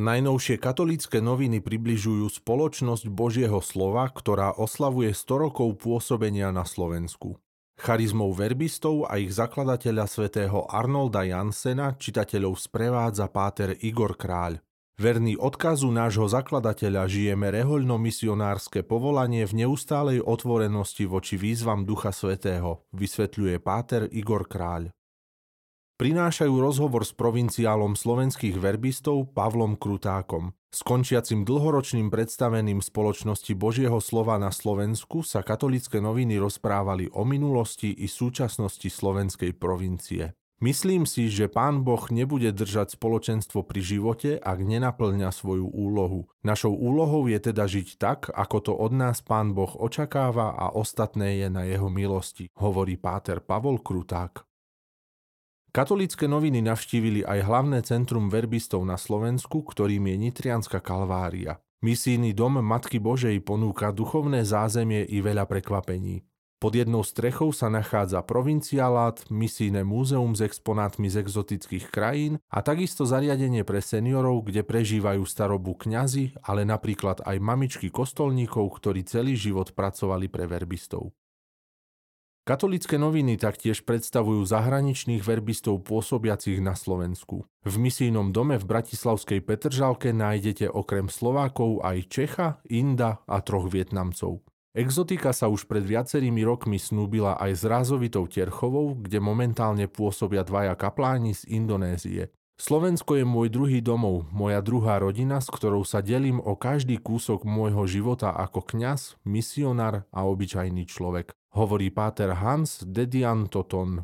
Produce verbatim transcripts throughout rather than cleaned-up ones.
Najnovšie katolícke noviny približujú spoločnosť Božieho slova, ktorá oslavuje sto rokov pôsobenia na Slovensku. Charizmou verbistov a ich zakladateľa svätého Arnolda Janssena čitateľov sprevádza páter Igor Kráľ. Verný odkazu nášho zakladateľa žijeme rehoľno-misionárske povolanie v neustálej otvorenosti voči výzvam Ducha Svätého, vysvetľuje páter Igor Kráľ. Prinášajú rozhovor s provinciálom slovenských verbistov Pavlom Krutákom. S končiacim dlhoročným predstavením spoločnosti Božieho slova na Slovensku sa katolícke noviny rozprávali o minulosti i súčasnosti slovenskej provincie. Myslím si, že Pán Boh nebude držať spoločenstvo pri živote, ak nenaplňa svoju úlohu. Našou úlohou je teda žiť tak, ako to od nás Pán Boh očakáva a ostatné je na jeho milosti, hovorí páter Pavol Kruták. Katolícke noviny navštívili aj hlavné centrum verbistov na Slovensku, ktorým je Nitrianska Kalvária. Misijný dom Matky Božej ponúka duchovné zázemie i veľa prekvapení. Pod jednou strechou sa nachádza provinciálát, misijné múzeum s exponátmi z exotických krajín a takisto zariadenie pre seniorov, kde prežívajú starobu kňazi, ale napríklad aj mamičky kostolníkov, ktorí celý život pracovali pre verbistov. Katolícke noviny taktiež predstavujú zahraničných verbistov pôsobiacich na Slovensku. V misijnom dome v bratislavskej Petržalke nájdete okrem Slovákov aj Čecha, Inda a troch Vietnamcov. Exotika sa už pred viacerými rokmi snúbila aj s Rázovitou Terchovou, kde momentálne pôsobia dvaja kapláni z Indonézie. Slovensko je môj druhý domov, moja druhá rodina, s ktorou sa delím o každý kúsok môjho života ako kňaz, misionár a obyčajný človek, hovorí páter Hans Dedian Toton.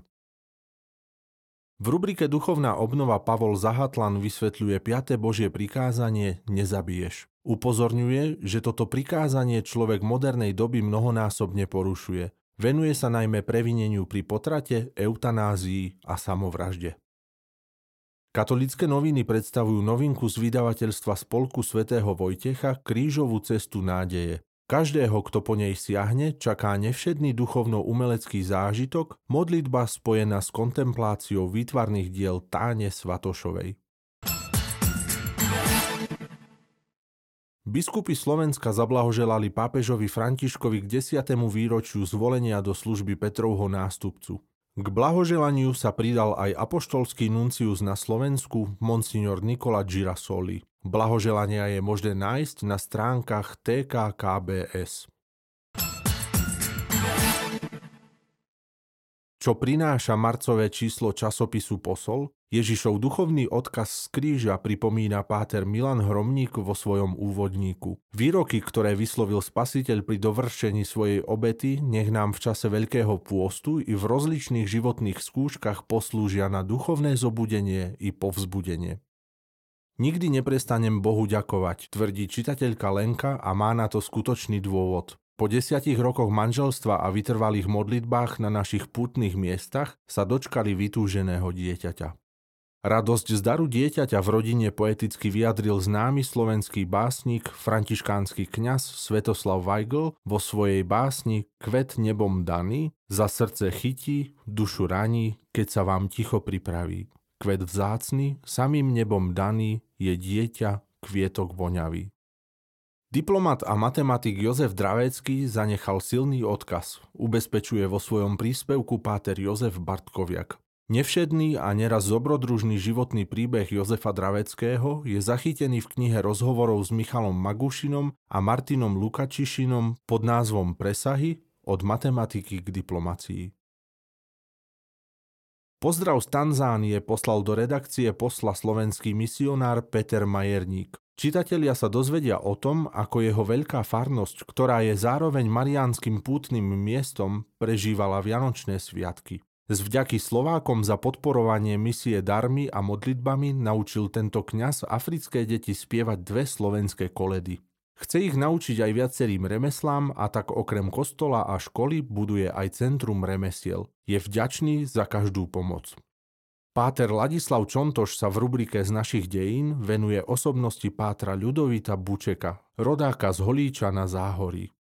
V rubrike Duchovná obnova Pavol Zahatlan vysvetľuje piate Božie prikázanie nezabiješ. Upozorňuje, že toto prikázanie človek modernej doby mnohonásobne porušuje. Venuje sa najmä previneniu pri potrate, eutanázii a samovražde. Katolícke noviny predstavujú novinku z vydavateľstva Spolku svätého Vojtecha Krížovú cestu nádeje. Každého, kto po nej siahne, čaká nevšedný duchovno-umelecký zážitok, modlitba spojená s kontempláciou výtvarných diel Táne Svatošovej. Biskupy Slovenska zablahoželali pápežovi Františkovi k desiatemu výročiu zvolenia do služby Petrovho nástupcu. K blahoželaniu sa pridal aj apoštolský nuncius na Slovensku, monsignor Nicola Girasoli. Blahoželania je možné nájsť na stránkach té ká ká bé es. Čo prináša marcové číslo časopisu Posol? Ježišov duchovný odkaz z kríža pripomína páter Milan Hromník vo svojom úvodníku. Výroky, ktoré vyslovil Spasiteľ pri dovršení svojej obety, nech nám v čase Veľkého pôstu i v rozličných životných skúškach poslúžia na duchovné zobudenie i povzbudenie. Nikdy neprestanem Bohu ďakovať, tvrdí čitateľka Lenka a má na to skutočný dôvod. Po desiatich rokoch manželstva a vytrvalých modlitbách na našich pútnych miestach sa dočkali vytúženého dieťaťa. Radosť z daru dieťaťa v rodine poeticky vyjadril známy slovenský básnik, františkánsky kňaz Svetoslav Weigl vo svojej básni Kvet nebom daný, za srdce chytí, dušu raní, keď sa vám ticho pripraví. Kvet vzácny, samým nebom daný, je dieťa, kvietok voňavý. Diplomat a matematik Jozef Dravécky zanechal silný odkaz, ubezpečuje vo svojom príspevku páter Jozef Bartkoviak. Nevšedný a neraz dobrodružný životný príbeh Jozefa Draveckého je zachytený v knihe rozhovorov s Michalom Magušinom a Martinom Lukačišinom pod názvom Presahy od matematiky k diplomacii. Pozdrav z Tanzánie poslal do redakcie Posla slovenský misionár Peter Majerník. Čitatelia sa dozvedia o tom, ako jeho veľká farnosť, ktorá je zároveň mariánskym pútnym miestom, prežívala vianočné sviatky. Z vďaky Slovákom za podporovanie misie darmi a modlitbami naučil tento kňaz africké deti spievať dve slovenské koledy. Chce ich naučiť aj viacerým remeslám a tak okrem kostola a školy buduje aj centrum remesiel. Je vďačný za každú pomoc. Páter Ladislav Čontoš sa v rubrike Z našich dejín venuje osobnosti pátra Ľudovita Bučeka, rodáka z Holíča na Záhorí.